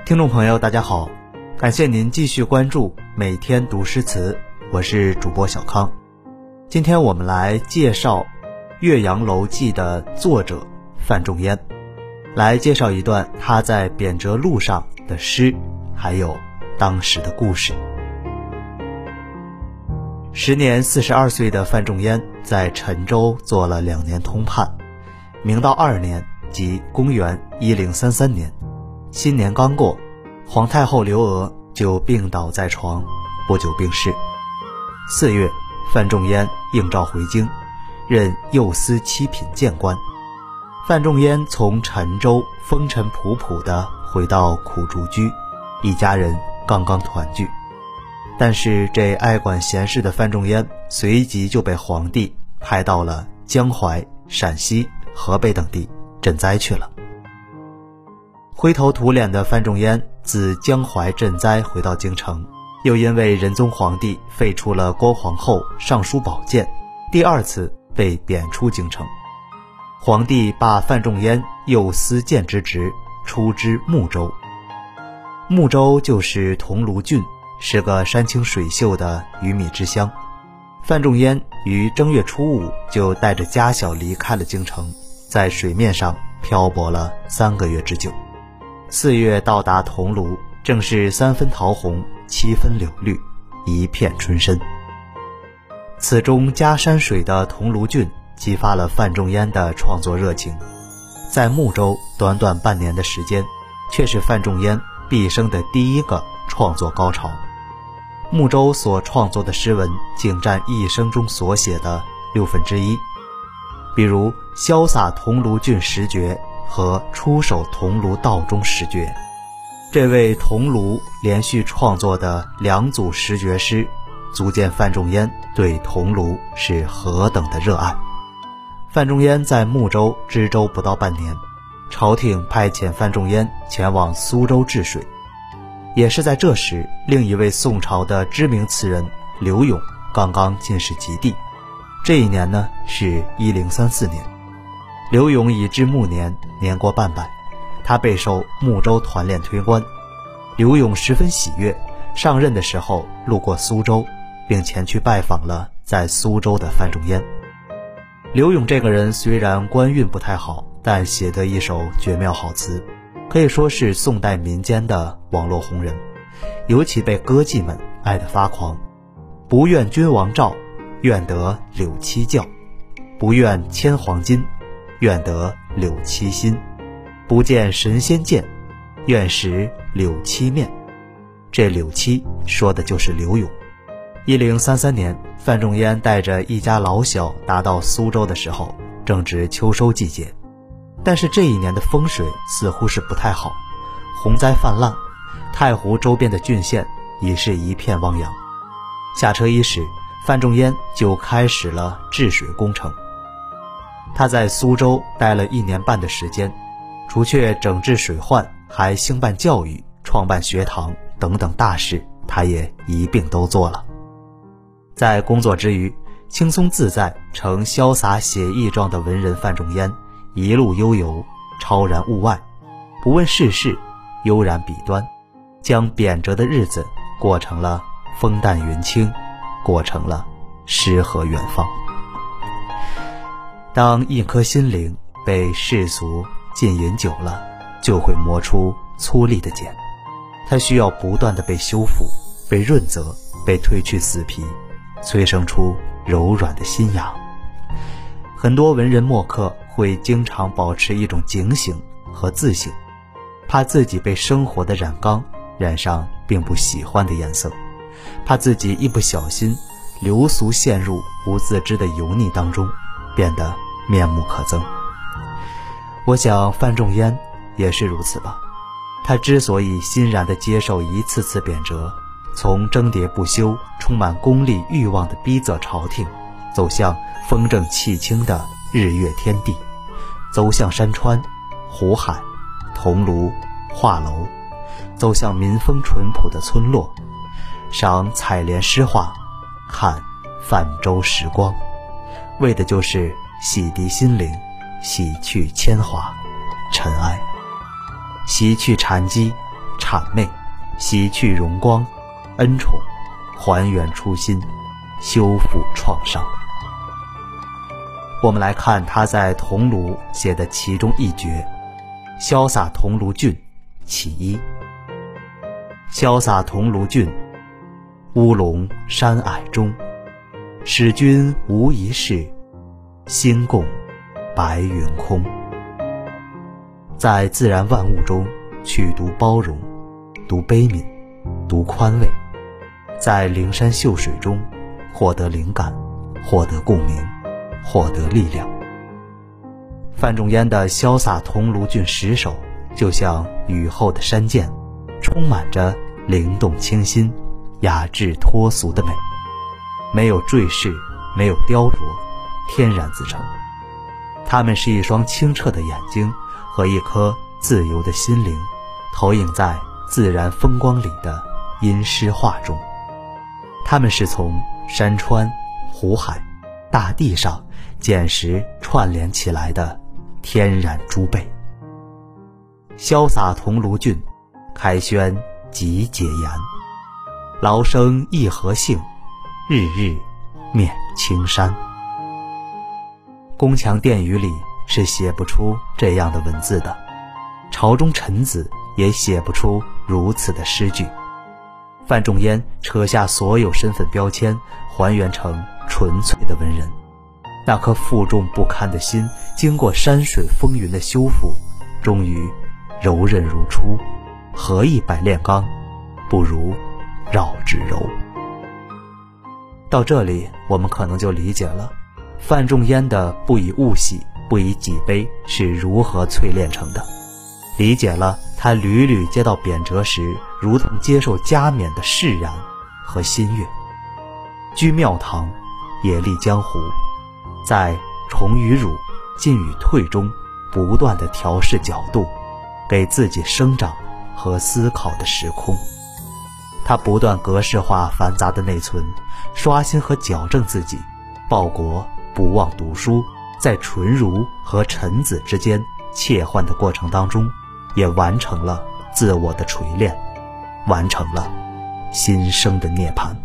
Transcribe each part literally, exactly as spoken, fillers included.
听众朋友大家好，感谢您继续关注每天读诗词，我是主播小康。今天我们来介绍《岳阳楼记》的作者范仲淹，来介绍一段他在贬谪路上的诗，还有当时的故事。时年四十二岁的范仲淹在陈州做了两年通判，明道二年，即公元一零三三年，新年刚过，皇太后刘娥就病倒在床，不久病逝。四月，范仲淹应召回京，任右司七品谏官。范仲淹从陈州风尘仆仆地回到苦竹居，一家人刚刚团聚。但是这爱管闲事的范仲淹随即就被皇帝派到了江淮、陕西、河北等地赈灾去了。灰头土脸的范仲淹自江淮赈灾回到京城，又因为仁宗皇帝废除了郭皇后尚书宝剑，第二次被贬出京城。皇帝罢范仲淹右司谏之职，出知睦州。睦州就是桐庐郡，是个山清水秀的鱼米之乡。范仲淹于正月初五就带着家小离开了京城，在水面上漂泊了三个月之久。四月到达桐庐，正是三分桃红，七分柳绿，一片春深。此中夹山水的桐庐郡激发了范仲淹的创作热情，在睦州短短半年的时间，却是范仲淹毕生的第一个创作高潮。睦州所创作的诗文仅占一生中所写的六分之一，比如《潇洒桐庐郡十绝》和《出手桐庐道中十绝》。这位桐庐连续创作的两组十绝诗，足见范仲淹对桐庐是何等的热爱。范仲淹在睦州知州不到半年，朝廷派遣范仲淹前往苏州治水。也是在这时，另一位宋朝的知名词人柳永刚刚进士及第。这一年呢，是一零三四年。柳永已至暮年，年过半百，他备受睦州团练推官。柳永十分喜悦，上任的时候路过苏州，并前去拜访了在苏州的范仲淹。柳永这个人虽然官运不太好，但写得一首绝妙好词，可以说是宋代民间的网络红人，尤其被歌妓们爱得发狂。不愿君王诏，愿得柳七教；不愿千黄金，愿得柳七心；不见神仙见，愿食柳七面。这柳七说的就是柳永。一零三三年，范仲淹带着一家老小达到苏州的时候，正值秋收季节。但是这一年的风水似乎是不太好，洪灾泛滥，太湖周边的郡县已是一片汪洋。下车伊始，范仲淹就开始了治水工程。他在苏州待了一年半的时间，除却整治水患，还兴办教育，创办学堂等等大事，他也一并都做了。在工作之余，轻松自在、呈潇洒写意状的文人范仲淹，一路悠游，超然物外，不问世事，悠然笔端，将贬谪的日子过成了风淡云轻，过成了诗和远方。当一颗心灵被世俗浸淫久了，就会磨出粗粝的茧，它需要不断的被修复、被润泽、被褪去死皮，催生出柔软的新芽。很多文人墨客会经常保持一种警醒和自省，怕自己被生活的染缸染上并不喜欢的颜色，怕自己一不小心流俗陷入不自知的油腻当中，变得面目可憎。我想范仲淹也是如此吧。他之所以欣然地接受一次次贬谪，从争喋不休、充满功利欲望的逼仄朝廷，走向风正气清的日月天地，走向山川、湖海、桐庐、画楼，走向民风淳朴的村落，赏采莲诗画，看泛舟时光，为的就是洗涤心灵，洗去铅华尘埃，洗去禅机， 谄媚，洗去荣光，恩宠，还原初心，修复创伤。我们来看他在桐庐写的其中一绝，潇洒桐庐郡其一。潇洒桐庐郡，乌龙山霭中，使君无一事，心共白云空。在自然万物中去读包容，读悲悯，读宽慰，在灵山秀水中获得灵感，获得共鸣，获得力量。范仲淹的潇洒桐庐郡十首就像雨后的山涧，充满着灵动清新、雅致脱俗的美，没有赘饰，没有雕琢，天然自成。它们是一双清澈的眼睛和一颗自由的心灵，投影在自然风光里的吟诗画中。它们是从山川、湖海、大地上捡拾串联起来的天然珠贝。潇洒桐庐郡，开轩即解言。劳生一何幸，日日面青山。宫墙殿宇里是写不出这样的文字的，朝中臣子也写不出如此的诗句。范仲淹扯下所有身份标签，还原成纯粹的文人。那颗负重不堪的心，经过山水风云的修复，终于柔韧如初。何以百炼钢，不如绕指柔。到这里我们可能就理解了范仲淹的不以物喜，不以己悲是如何淬炼成的，理解了他屡屡接到贬谪时如同接受加冕的释然和心悦。居庙堂，也历江湖，在崇与辱、进与退中不断地调试角度，给自己生长和思考的时空。他不断格式化繁杂的内存，刷新和矫正自己，报国不忘读书，在纯儒和臣子之间切换的过程当中，也完成了自我的锤炼，完成了新生的涅槃。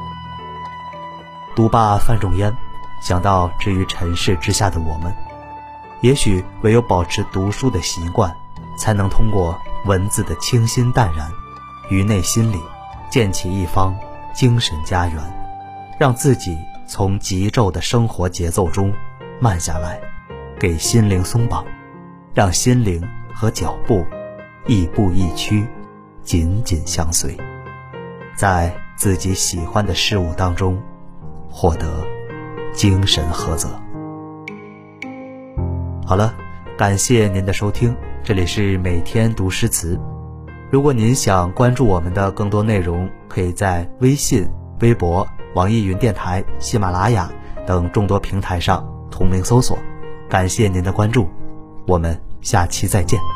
读罢范仲淹，想到置于尘世之下的我们，也许唯有保持读书的习惯，才能通过文字的清新淡然，于内心里建起一方精神家园，让自己从急骤的生活节奏中慢下来，给心灵松绑，让心灵和脚步亦步亦趋，紧紧相随，在自己喜欢的事物当中获得精神呵责。好了，感谢您的收听，这里是每天读诗词。如果您想关注我们的更多内容，可以在微信、微博、网易云电台、喜马拉雅等众多平台上同名搜索。感谢您的关注，我们下期再见。